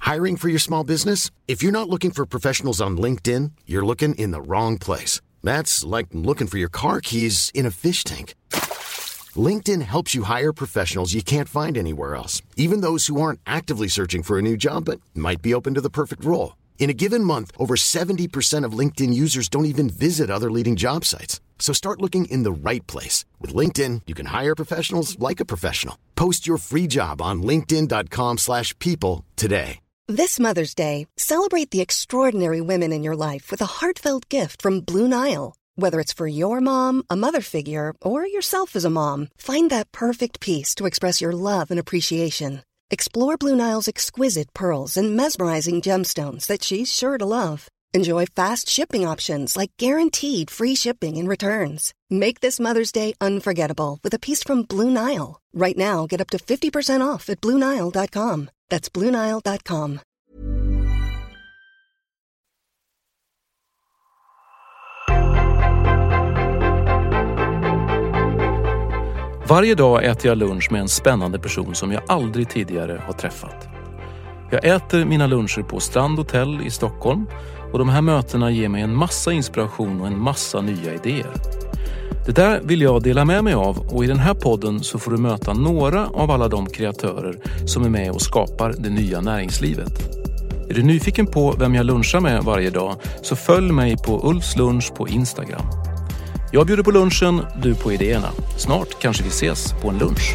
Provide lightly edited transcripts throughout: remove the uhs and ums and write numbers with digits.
Hiring for your small business? If you're not looking for professionals on LinkedIn, you're looking in the wrong place. That's like looking for your car keys in a fish tank. LinkedIn helps you hire professionals you can't find anywhere else, even those who aren't actively searching for a new job but might be open to the perfect role. In a given month, over 70% of LinkedIn users don't even visit other leading job sites. So start looking in the right place. With LinkedIn, you can hire professionals like a professional. Post your free job on linkedin.com/people today. This Mother's Day, celebrate the extraordinary women in your life with a heartfelt gift from Blue Nile. Whether it's for your mom, a mother figure, or yourself as a mom, find that perfect piece to express your love and appreciation. Explore Blue Nile's exquisite pearls and mesmerizing gemstones that she's sure to love. Enjoy fast shipping options like guaranteed free shipping and returns. Make this Mother's Day unforgettable with a piece from Blue Nile. Right now, get up to 50% off at BlueNile.com. That's BlueNile.com. Varje dag äter jag lunch med en spännande person som jag aldrig tidigare har träffat. Jag äter mina luncher på Strand Hotel i Stockholm och de här mötena ger mig en massa inspiration och en massa nya idéer. Det där vill jag dela med mig av och i den här podden så får du möta några av alla de kreatörer som är med och skapar det nya näringslivet. Är du nyfiken på vem jag lunchar med varje dag så följ mig på Ulfs lunch på Instagram. Jag bjuder på lunchen, du på idéerna. Snart kanske vi ses på en lunch.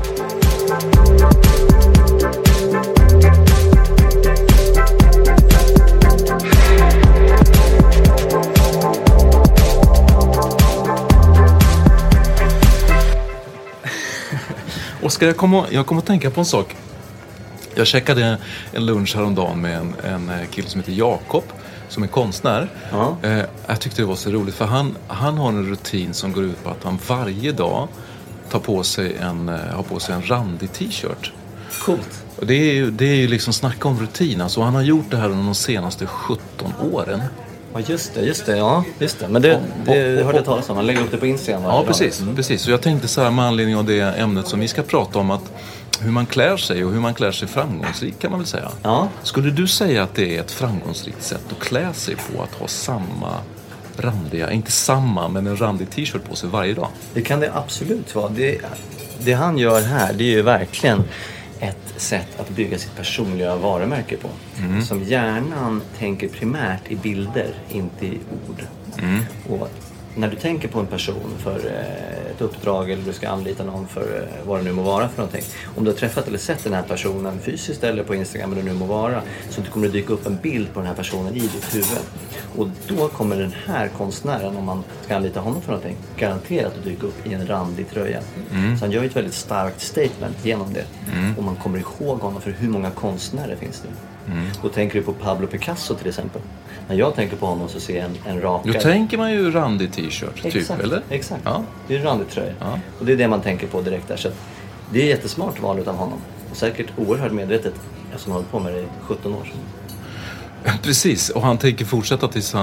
Oskar, jag kom att tänka på en sak. Jag checkade en lunch häromdagen med en kille som heter Jakob, som är konstnär. Ja. Jag tyckte det var så roligt för han har en rutin som går ut på att han varje dag har på sig en randig t-shirt. Coolt. Och det är ju liksom snacka om rutin. Alltså han har gjort det här under de senaste 17 åren. Ja, just det. Men det hörde jag talas om. Han lägger upp det på Instagram. Ja, precis. Så jag tänkte så här med anledning av det ämnet som vi ska prata om, att hur man klär sig och hur man klär sig framgångsrikt kan man väl säga. Ja. Skulle du säga att det är ett framgångsrikt sätt att klä sig på, att ha samma randiga, inte samma, men en randig t-shirt på sig varje dag? Det kan det absolut vara. Det han gör här, det är ju verkligen ett sätt att bygga sitt personliga varumärke på. Som hjärnan tänker primärt i bilder, inte i ord. Och när du tänker på en person för ett uppdrag eller du ska anlita någon för vad det nu må vara för någonting. Om du har träffat eller sett den här personen fysiskt eller på Instagram eller det nu må vara, så kommer det dyka upp en bild på den här personen i ditt huvud. Och då kommer den här konstnären, om man ska anlita honom för någonting, garanterat att dyka upp i en randig tröja. Så han gör ett väldigt starkt statement genom det. Och man kommer ihåg honom för hur många konstnärer finns det. Då tänker du på Pablo Picasso till exempel. När jag tänker på honom så ser jag en rakare. Då tänker man ju randig t-shirt, typ, eller? Exakt, ja. Det är en randig tröja. Ja. Och det är det man tänker på direkt där. Så det är jättesmart val av honom. Och säkert oerhört medvetet, eftersom han har hållit på med det i 17 år sedan. Precis, och han tänker fortsätta tills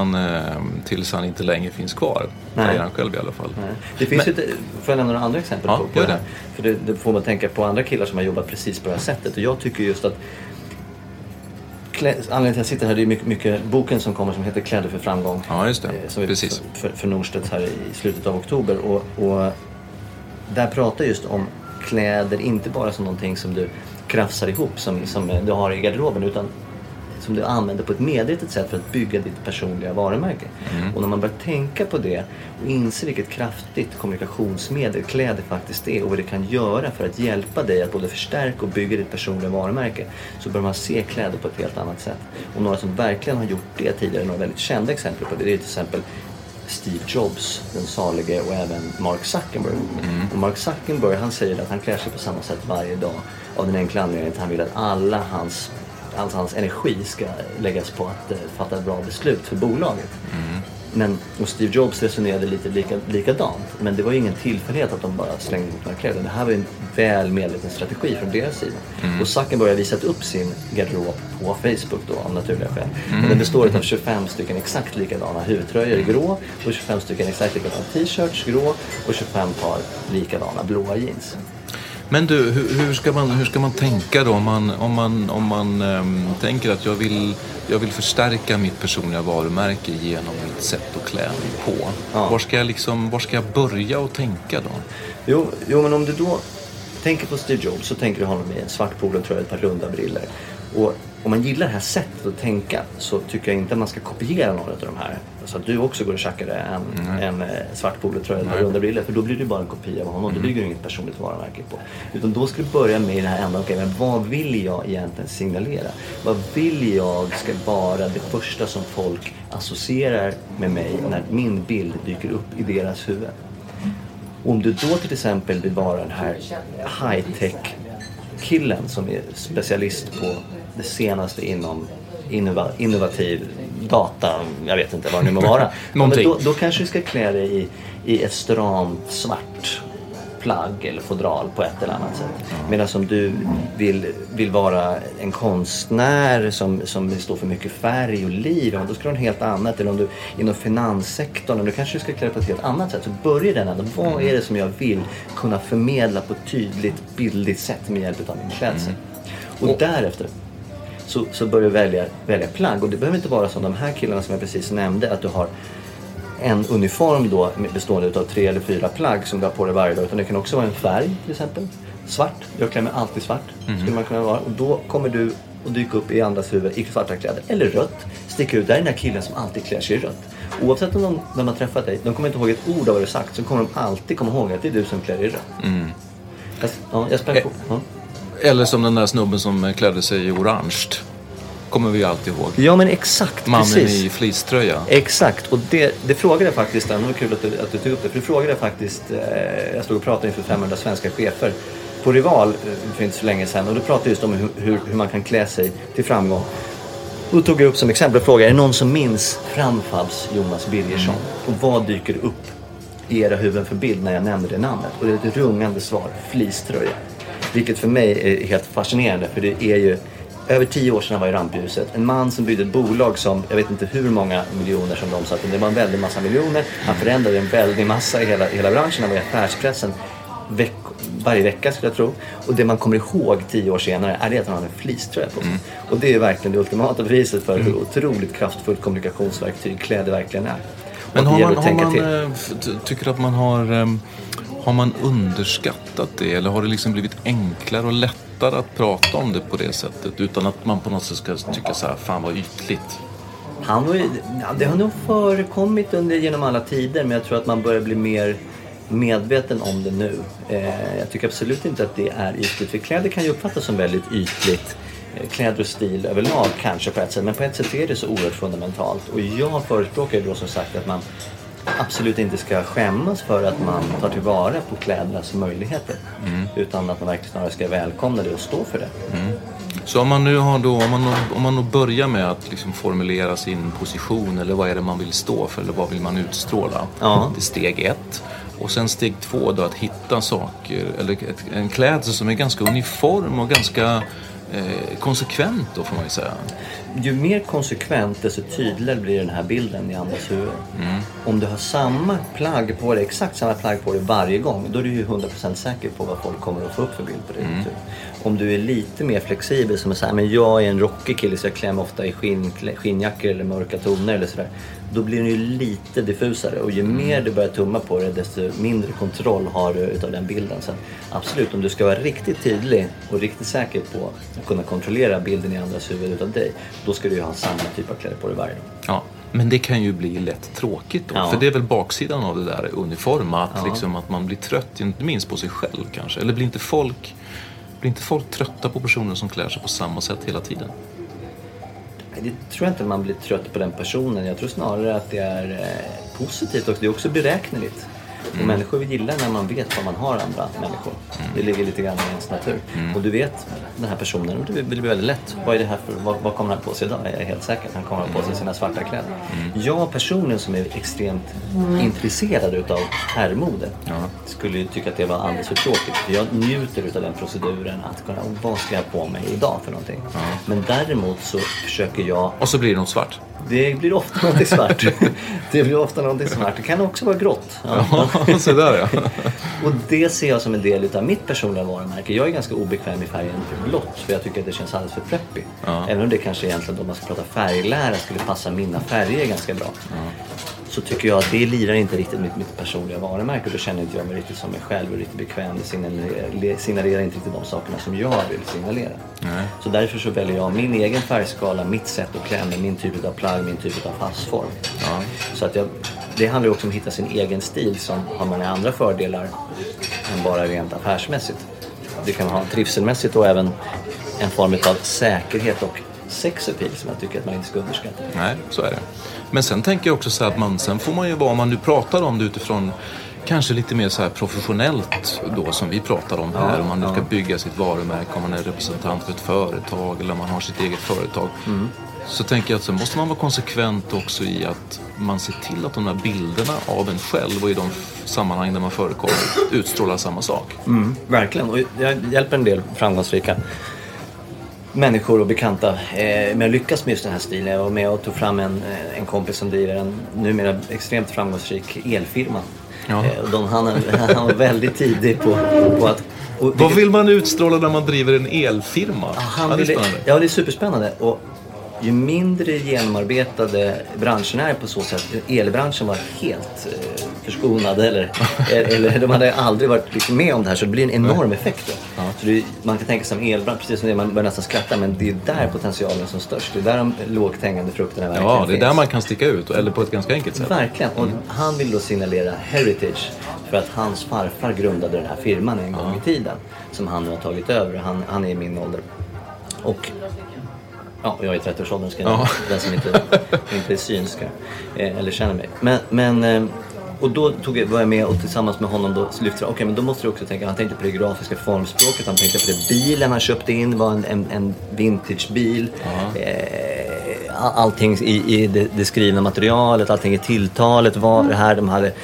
han inte längre finns kvar. Nej. Det är han själv i alla fall. Nej. Det finns ju, får jag nämna några andra exempel på det här? För det får man tänka på andra killar som har jobbat precis på det här sättet. Och jag tycker just att anledningen till att jag sitter här, det är mycket boken som kommer som heter Kläder för framgång. Ja, just det. Som precis. För Norstedts här i slutet av oktober. Och där pratar just om kläder, inte bara som någonting som du krafsar ihop som du har i garderoben, utan som du använder på ett medvetet sätt för att bygga ditt personliga varumärke. Och när man börjar tänka på det och inser vilket kraftigt kommunikationsmedel kläder faktiskt är och vad det kan göra för att hjälpa dig att både förstärka och bygga ditt personliga varumärke, så börjar man se kläder på ett helt annat sätt. Och några som verkligen har gjort det tidigare, några väldigt kända exempel på det är till exempel Steve Jobs, den salige, och även Mark Zuckerberg. Och Mark Zuckerberg, han säger att han klär sig på samma sätt varje dag av den enkla anledningen att han vill att all hans energi ska läggas på att fatta ett bra beslut för bolaget. Och Steve Jobs resonerade lite likadant. Men det var ju ingen tillfällighet att de bara slängde ihop några kläder. Det här var en väl medveten strategi från deras sida. Och Zuckerberg har visat upp sin garderob på Facebook då, av naturliga skäl. Men den består av 25 stycken exakt likadana huvudtröjor i grå och 25 stycken exakt likadana t-shirts grå och 25 par likadana blåa jeans. Men du, hur ska man tänka då om man tänker att jag vill förstärka mitt personliga varumärke genom mitt sätt att klä mig på. Ja. Var ska jag börja och tänka då? Jo, men om du då tänker på Steve Jobs så tänker du honom i en svart polotröja och ett par runda briller. Och om man gillar det här sättet att tänka så tycker jag inte att man ska kopiera några av de här. Så att du också går och tjackar en svart polotröja och ett par runda briller. För då blir det bara en kopia av honom. Då bygger du inget personligt varumärke på. Utan då ska du börja med det här ända. Okej, men vad vill jag egentligen signalera? Vad vill jag ska vara det första som folk associerar med mig när min bild dyker upp i deras huvud? Om du då till exempel vill vara den här high-tech-killen som är specialist på det senaste inom innovativ data, jag vet inte vad det nu må vara. Men då kanske du ska klä dig i ett stramt svart plagg eller fodral på ett eller annat sätt. Medan som du vill vara en konstnär som står för mycket färg och liv, då ska du ha en helt annat. Eller om du inom finanssektorn, då kanske du ska klä på ett helt annat sätt. Så börja den änden. Vad är det som jag vill kunna förmedla på ett tydligt, bildligt sätt med hjälp av min klädsel? Och därefter så börjar du välja plagg. Och det behöver inte vara som de här killarna som jag precis nämnde, att du har en uniform då bestående av 3 eller 4 plagg som du har på dig varje dag. Utan det kan också vara en färg till exempel. Svart. Jag klär mig alltid svart. Skulle man kunna vara. Och då kommer du att dyka upp i andras huvud i svarta kläder. Eller rött. Sticker ut. Där är den här killen som alltid klär sig i rött. Oavsett om de har träffat dig. De kommer inte ihåg ett ord av vad du sagt. Så kommer de alltid komma ihåg att det är du som klär i rött. Jag spänner på. Ja. Eller som den där snubben som klädde sig i orange. Kommer vi alltid ihåg. Ja, men exakt. Mannen precis. I fliströja. Exakt. Och det frågade jag faktiskt. Det var kul att du tog upp det. För det frågade jag faktiskt. Jag stod och pratade inför 500 svenska chefer på Rival för inte så länge sedan. Och då pratade just om hur man kan klä sig till framgång. Och då tog jag upp som exempel och frågade, är det någon som minns Framfabs Jonas Birgersson? Och vad dyker upp i era huvuden för bild när jag nämner det namnet? Och det är ett rungande svar. Fliströja. Vilket för mig är helt fascinerande. För det är ju över 10 år sedan han var i rampljuset. En man som byggde ett bolag som, jag vet inte hur många miljoner som de satt. Det var en väldig massa miljoner. Han förändrade en väldig massa i hela branschen. Han var i affärspressen varje vecka skulle jag tro. Och det man kommer ihåg 10 år senare är det att han hade en fliströja på sig. Och det är verkligen det ultimata beviset för hur otroligt kraftfullt kommunikationsverktyg kläder verkligen är. Men tycker att man har man underskattat det? Eller har det liksom blivit enklare och lättare att prata om det på det sättet utan att man på något sätt ska tycka så här, fan vad ytligt? Det har nog förekommit genom alla tider, men jag tror att man börjar bli mer medveten om det nu. Jag tycker absolut inte att det är ytligt, för kläder kan ju uppfattas som väldigt ytligt. Kläder och stil överlag kanske på ett sätt, men på ett sätt är det så oerhört fundamentalt. Och jag förespråkar då som sagt att man absolut inte ska skämmas för att man tar tillvara på klädernas möjligheter. Utan att man verkligen snarare ska välkomna det och stå för det. Så om man nu om man börjar med att liksom formulera sin position, eller vad är det man vill stå för, eller vad vill man utstråla? Ja. Det är steg 1. Och sen steg 2 då, att hitta saker, eller en klädsel som är ganska uniform och ganska konsekvent då, får man ju säga. Ju mer konsekvent, desto tydligare blir den här bilden i andras huvud. Om du har samma plagg på dig, exakt samma plagg på dig varje gång, då är du ju 100% säker på vad folk kommer att få upp för bild på dig. Om du är lite mer flexibel, som är så här, men jag är en rockig kille så jag klär mig ofta i skinnjackor eller mörka toner eller sådär, då blir den ju lite diffusare. Och ju mer du börjar tumma på det, desto mindre kontroll har du utav den bilden. Så absolut, om du ska vara riktigt tydlig och riktigt säker på att kunna kontrollera bilden i andras huvud utav dig, då ska du ju ha samma typ av kläder på dig varje dag. Ja, men det kan ju bli lätt tråkigt då. Ja. För det är väl baksidan av det där uniforma, att, liksom, att man blir trött, inte minst på sig själv kanske. Eller blir inte folk trötta på personer som klär sig på samma sätt hela tiden? Det tror jag inte man blir trött på den personen. Jag tror snarare att det är positivt och det är också beräkneligt. Och människor gillar när man vet vad man har andra människor. Det ligger lite grann i ens natur. Och du vet den här personen, det blir väldigt lätt. Vad är det här för, vad kommer han på sig idag? Jag är helt säker att han kommer på sig sina svarta kläder. Jag personen som är extremt intresserad utav herrmode skulle ju tycka att det var alldeles för tråkigt. För jag njuter utav den proceduren att kunna, vad ska jag på mig idag för någonting? Men däremot så försöker jag... Och så blir det något svart. Det blir ofta någonting svart. Det blir ofta någonting svart. Det kan också vara grått. Ja, så där ja. Och det ser jag som en del av mitt personliga varumärke. Jag är ganska obekväm i färgen blått, för jag tycker att det känns alldeles för preppy. Ja. Även om det kanske egentligen, om man ska prata färglära, skulle passa mina färger ganska bra. Ja. Så tycker jag att det lirar inte riktigt mitt personliga varumärke. Och då känner inte jag mig riktigt som mig själv och riktigt bekväm. Signalerar inte riktigt de sakerna som jag vill signalera. Nej. Så därför så väljer jag min egen färgskala, mitt sätt att klä mig, min typ av plagg, min typ av passform. Ja. Så att det handlar också om att hitta sin egen stil, som har många andra fördelar än bara rent affärsmässigt. Det kan ha trivselmässigt och även en form av säkerhet och sexappeal som jag tycker att man inte ska underskatta. Nej, så är det. Men sen tänker jag också så att sen får man ju vara, om man nu pratar om det utifrån kanske lite mer så här professionellt då, som vi pratar om här. Om man nu ska bygga sitt varumärke, om man är representant för ett företag eller om man har sitt eget företag. Mm. Så tänker jag att så måste man vara konsekvent också i att man ser till att de här bilderna av en själv och i de sammanhang där man förekommer utstrålar samma sak. Mm, verkligen. Och jag hjälper en del framgångsrika människor och bekanta med att lyckas med just den här stilen. Jag var med och tog fram en kompis som driver en numera extremt framgångsrik elfirma. Ja. Han var väldigt tidig på att... Vad vill man utstråla när man driver en elfirma? Det är superspännande. Och ju mindre genomarbetade branschen är på så sätt, elbranschen var helt förskonad eller de hade aldrig varit liksom med om det här, så det blir en enorm effekt. Ja. Så man kan tänka sig som elbransch, precis som det, man börjar nästan skratta, men det är där potentialen är som störst. Det är där de lågt hängande frukterna verkligen finns. Ja, det är där man kan sticka ut, eller på ett ganska enkelt sätt. Verkligen, och han vill då signalera heritage för att hans farfar grundade den här firman en gång i tiden, som han nu har tagit över. Han är i min ålder. Och ja, jag är 30-årsåldern, den som inte är synsk eller känner mig. Men och då var jag med och tillsammans med honom då lyfte jag, men då måste du också tänka, han tänkte på det grafiska formspråket, han tänkte på det bilen han köpte in var en vintagebil. Allting i det skrivna materialet, allting i tilltalet var det här, de hade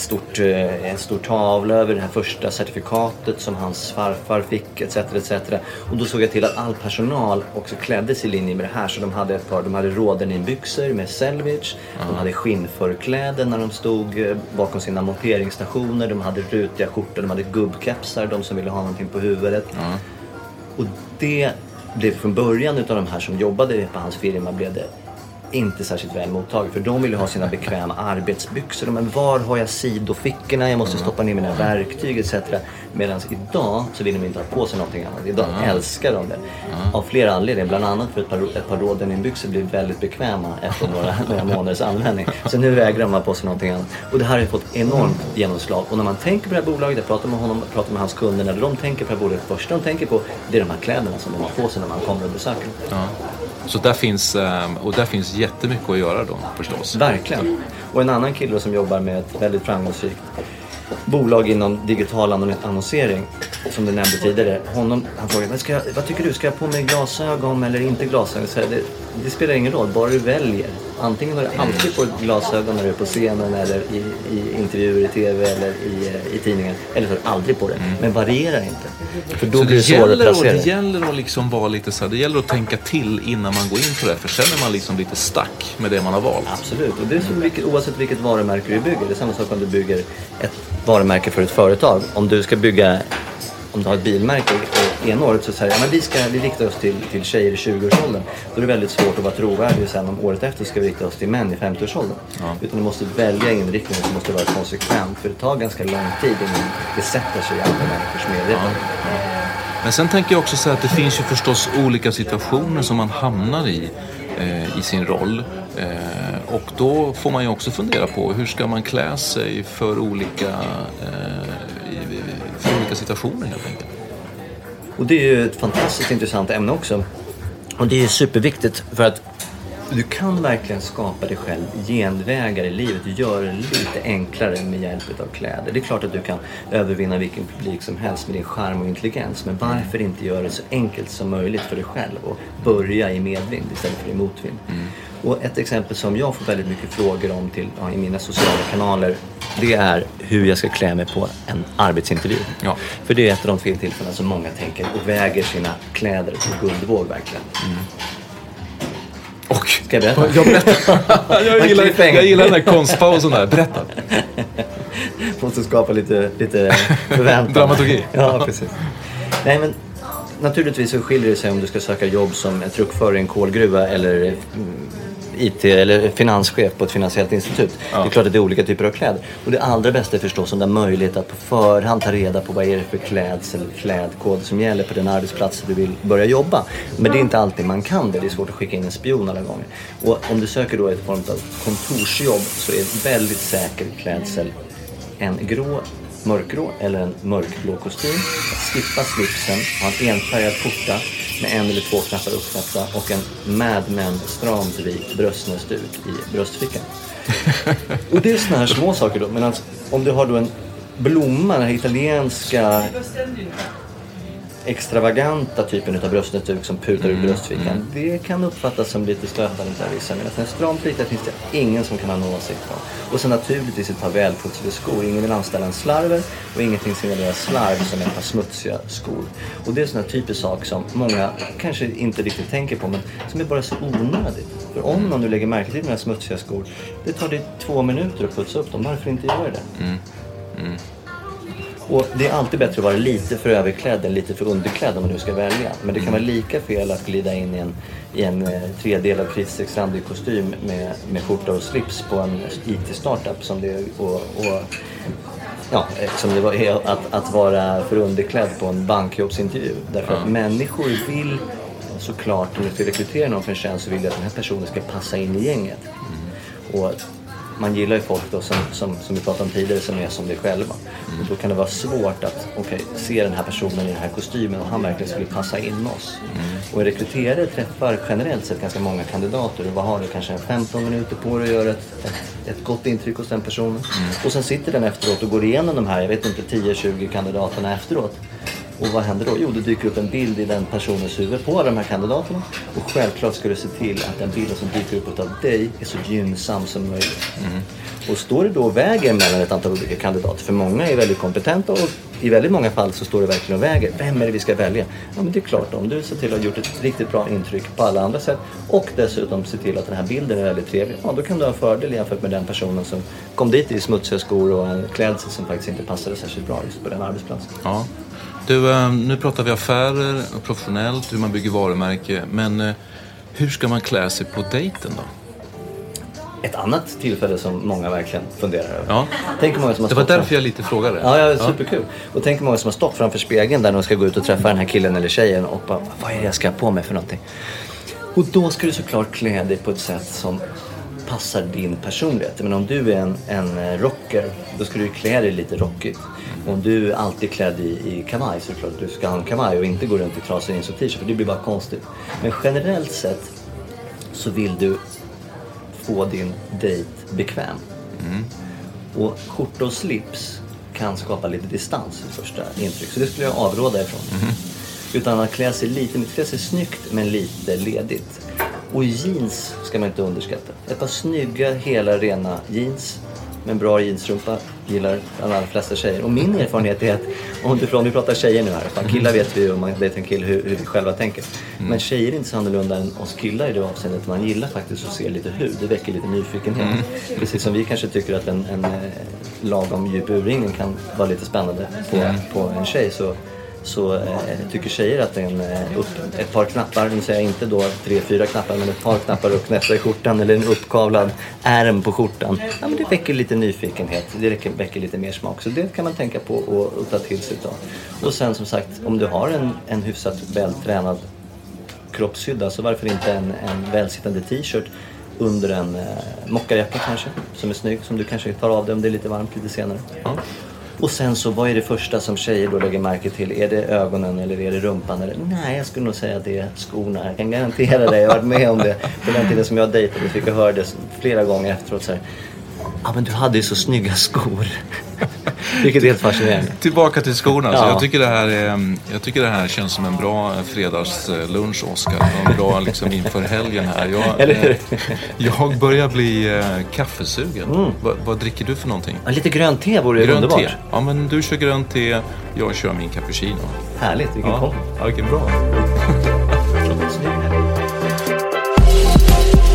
en stor tavla över det här första certifikatet som hans farfar fick, etc. Och då såg jag till att all personal också kläddes i linje med det här, så de hade Rodenin-byxor med selvage, de hade skinnförkläder när de stod bakom sina monteringsstationer, de hade rutiga skjortor, de hade gubbkepsar, de som ville ha någonting på huvudet. Och det blev från början utav de här som jobbade på hans firma, blev det inte särskilt väl mottaget, för de ville ha sina bekväma arbetsbyxor. Men var har jag sidofickorna? Jag måste stoppa ner mina verktyg etc. Medan idag så vill de inte ha på sig någonting annat. Idag älskar de det. Av flera anledningar. Bland annat för ett par Rodenin-byxor blir väldigt bekväma efter några månaders användning. Så nu vägrar de ha på sig någonting annat. Och det här har fått enormt genomslag. Och när man tänker på det här bolaget, jag pratar med honom, pratar med hans kunder, när de tänker på det här bolaget, första de tänker på, det är de här kläderna som de har på sig när man kommer och besöker. Så där finns jättemycket att göra då förstås. Verkligen. Och en annan kille som jobbar med ett väldigt framgångsrikt bolag inom digital annonsering, som du nämnde tidigare. Han frågade, vad tycker du? Ska jag på mig glasögon eller inte glasögon? Så det spelar ingen roll, bara du väljer. Antingen har du alltid på glasögon när du är på scenen eller i intervjuer i tv eller i tidningen, eller så har du aldrig på det. Men varierar inte. För då så blir det svårare att placera. Det gäller att liksom vara lite så här, det gäller att tänka till innan man går in på det, för sen är man liksom lite stack med det man har valt. Absolut, och det är så oavsett vilket varumärke du bygger. Det är samma sak om du bygger ett varumärke för ett företag. Om du har ett bilmärke och enåret så säger vi riktar oss till tjejer i 20-årsåldern. Då är det väldigt svårt att vara trovärdig, och sen om året efter ska vi rikta oss till män i 50-årsåldern. Utan du måste välja inriktning och måste vara konsekvent, för det tar ganska lång tid innan det sätter sig i andra människors medvetande. Men sen tänker jag också så att det finns ju förstås olika situationer som man hamnar i sin roll. Och då får man ju också fundera på hur ska man klä sig för olika situationer helt enkelt. Och det är ju ett fantastiskt intressant ämne också. Och det är superviktigt, för att du kan verkligen skapa dig själv genvägar i livet. Du gör det lite enklare med hjälp av kläder. Det är klart att du kan övervinna vilken publik som helst med din charm och intelligens. Men varför inte göra det så enkelt som möjligt för dig själv och börja i medvind istället för i motvind? Och ett exempel som jag får väldigt mycket frågor om i mina sociala kanaler, det är hur jag ska klä mig på en arbetsintervju. För det är ett av de tillfällen som många tänker och väger sina kläder på guldvåg verkligen. Ska jag berätta? Jag berättar. jag gillar den här konstpausen där. Berätta. Måste skapa lite förväntan. Dramaturgi. Ja, precis. Nej, men naturligtvis så skiljer det sig om du ska söka jobb som truckförare i en kolgruva eller IT eller finanschef på ett finansiellt institut. Ja. Det är klart att det är olika typer av kläder. Och det allra bästa är förstås om det är möjlighet att på förhand ta reda på vad är det för klädsel eller klädkod som gäller på den arbetsplats du vill börja jobba. Men det är inte alltid man kan det. Det är svårt att skicka in en spion alla gånger. Och om du söker då ett form av kontorsjobb så är väldigt säker klädsel en mörkgrå eller en mörkblå kostym, slippa slipsen, ha en enfärgad skjorta med 1 eller 2 knappar uppsatta och en Mad Men stramt vit bröstnäsduk i bröstfickan. Och det är såna här små saker då, men alltså, om du har då en blomma, den här italienska extravaganta typen av bröstnäsduk som putar ur bröstfickan, det kan uppfattas som lite stötande av vissa, men en stramt vita finns det ingen som kan ha någon åsikt om. Och så naturligtvis ett par välputsade skor. Ingen vill anställa en slarver och ingenting signalerar slarv som ett par smutsiga skor. Och det är såna typer sak som många kanske inte riktigt tänker på, men som är bara så onödigt. För om någon du lägger märke till med smutsiga skor, det tar dig 2 minuter att putsa upp dem. Varför inte göra det? Och det är alltid bättre att vara lite för överklädd än lite för underklädd om man nu ska välja. Men det kan vara lika fel att glida in i en 3-delad krigsexrandig kostym med skjorta och slips på en IT-startup som det är att vara för underklädd på en bankjobbsintervju. Därför att människor vill såklart, om du ska rekrytera någon för en tjänst, så vill att den här personen ska passa in i gänget. Och man gillar ju folk då som vi pratade om tidigare som är som det själva. Och då kan det vara svårt att se den här personen i den här kostymen och han verkligen skulle passa in oss. Och en rekryterare träffar generellt sett ganska många kandidater och vad har du kanske 15 minuter på dig att göra ett gott intryck hos den personen. Och sen sitter den efteråt och går igenom de här, jag vet inte, 10-20 kandidaterna efteråt. Och vad händer då? Jo, det dyker upp en bild i den personens huvud på de här kandidaterna. Och självklart ska du se till att den bilden som dyker upp av dig är så gynnsam som möjligt. Och står det då och väger mellan ett antal olika kandidater, för många är väldigt kompetenta och i väldigt många fall så står det verkligen och väger. Vem är det vi ska välja? Ja, men det är klart, om du ser till att ha gjort ett riktigt bra intryck på alla andra sätt och dessutom ser till att den här bilden är väldigt trevlig, ja, då kan du ha en fördel jämfört med den personen som kom dit i smutsiga skor och en klädsel som faktiskt inte passade särskilt bra just på den arbetsplatsen. Ja. Du, nu pratar vi affärer och professionellt, hur man bygger varumärke. Men hur ska man klä sig på dejten då? Ett annat tillfälle som många verkligen funderar över. Ja. Tänk många som har det var därför jag lite frågade. Ja, superkul. Och tänk många som har stått framför spegeln där de ska gå ut och träffa den här killen eller tjejen och bara, vad är det jag ska ha på mig för någonting? Och då ska du såklart klä dig på ett sätt som passar din personlighet. Men om du är en rocker, då ska du klä dig lite rockigt. Om du är alltid klädd i kavaj, så är det klart att du ska ha en kavaj och inte gå runt i trasig jeans och t-shirt, för det blir bara konstigt. Men generellt sett så vill du få din dejt bekväm. Och skjorta och slips kan skapa lite distans i första intryck. Så det skulle jag avråda ifrån. Utan att klä sig snyggt men lite ledigt. Och jeans ska man inte underskatta. Ett par snygga, hela, rena jeans med en bra jeansrumpa gillar de allra flesta tjejer. Och min erfarenhet är att, om vi pratar tjejer nu här, för killar vet vi om man dejtar en kill hur vi själva tänker. Men tjejer är inte så annorlunda än oss killar i det avseendet. Man gillar faktiskt att se lite hud, det väcker lite nyfikenhet. Precis som vi kanske tycker att en lagom djup urringning kan vara lite spännande på en tjej, så tycker tjejer att ett par knappar, nu säger jag inte då 3-4 knappar, men ett par knappar och knäppar i skjortan eller en uppkavlad ärm på skjortan, ja, men det väcker lite nyfikenhet, det väcker lite mer smak, så det kan man tänka på och ta till sig då. Och sen som sagt, om du har en hyfsat vältränad kroppshydda, så varför inte en välsittande t-shirt under en mockarjacka kanske, som är snygg, som du kanske tar av dig om det är lite varmt lite senare. Och sen så, vad är det första som tjejer då lägger märke till? Är det ögonen eller är det rumpan? Eller? Nej, jag skulle nog säga att det är skorna. Jag kan garantera dig, jag har varit med om det. På den tiden som jag dejtade fick jag höra det flera gånger efteråt så här. Ja, men du hade ju så snygga skor. Vilket är helt fascinerande. Tillbaka till skorna. Ja. Så jag tycker det här känns som en bra fredagslunch, Oskar. En bra liksom inför helgen här. Jag börjar bli kaffesugen. Vad dricker du för någonting? Ja, lite grönt te vore det underbart. Te. Ja, men du kör grönt te. Jag kör min cappuccino. Härligt, vilken kom. Ja, vilken bra.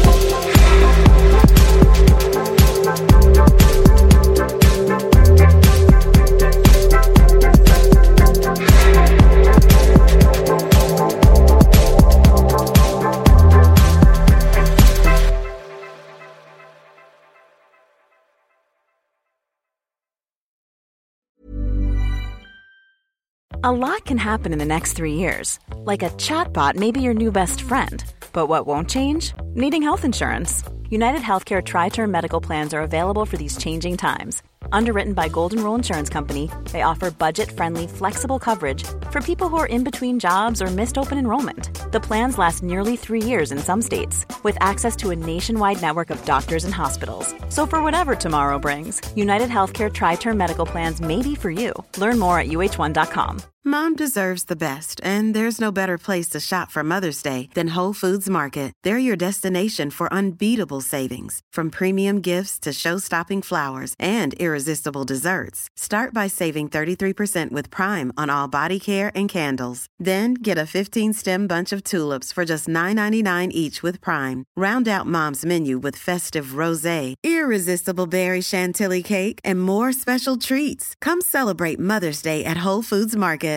A lot can happen in the next 3 years. Like a chatbot may be your new best friend. But what won't change? Needing health insurance. United Healthcare Tri-Term Medical Plans are available for these changing times. Underwritten by Golden Rule Insurance Company, they offer budget-friendly, flexible coverage for people who are in between jobs or missed open enrollment. The plans last nearly 3 years in some states, with access to a nationwide network of doctors and hospitals. So for whatever tomorrow brings, United Healthcare Tri-Term Medical Plans may be for you. Learn more at uh1.com. Mom deserves the best, and there's no better place to shop for Mother's Day than Whole Foods Market. They're your destination for unbeatable savings, from premium gifts to show-stopping flowers and irresistible desserts. Start by saving 33% with Prime on all body care and candles. Then get a 15-stem bunch of tulips for just $9.99 each with Prime. Round out Mom's menu with festive rosé, irresistible berry chantilly cake, and more special treats. Come celebrate Mother's Day at Whole Foods Market.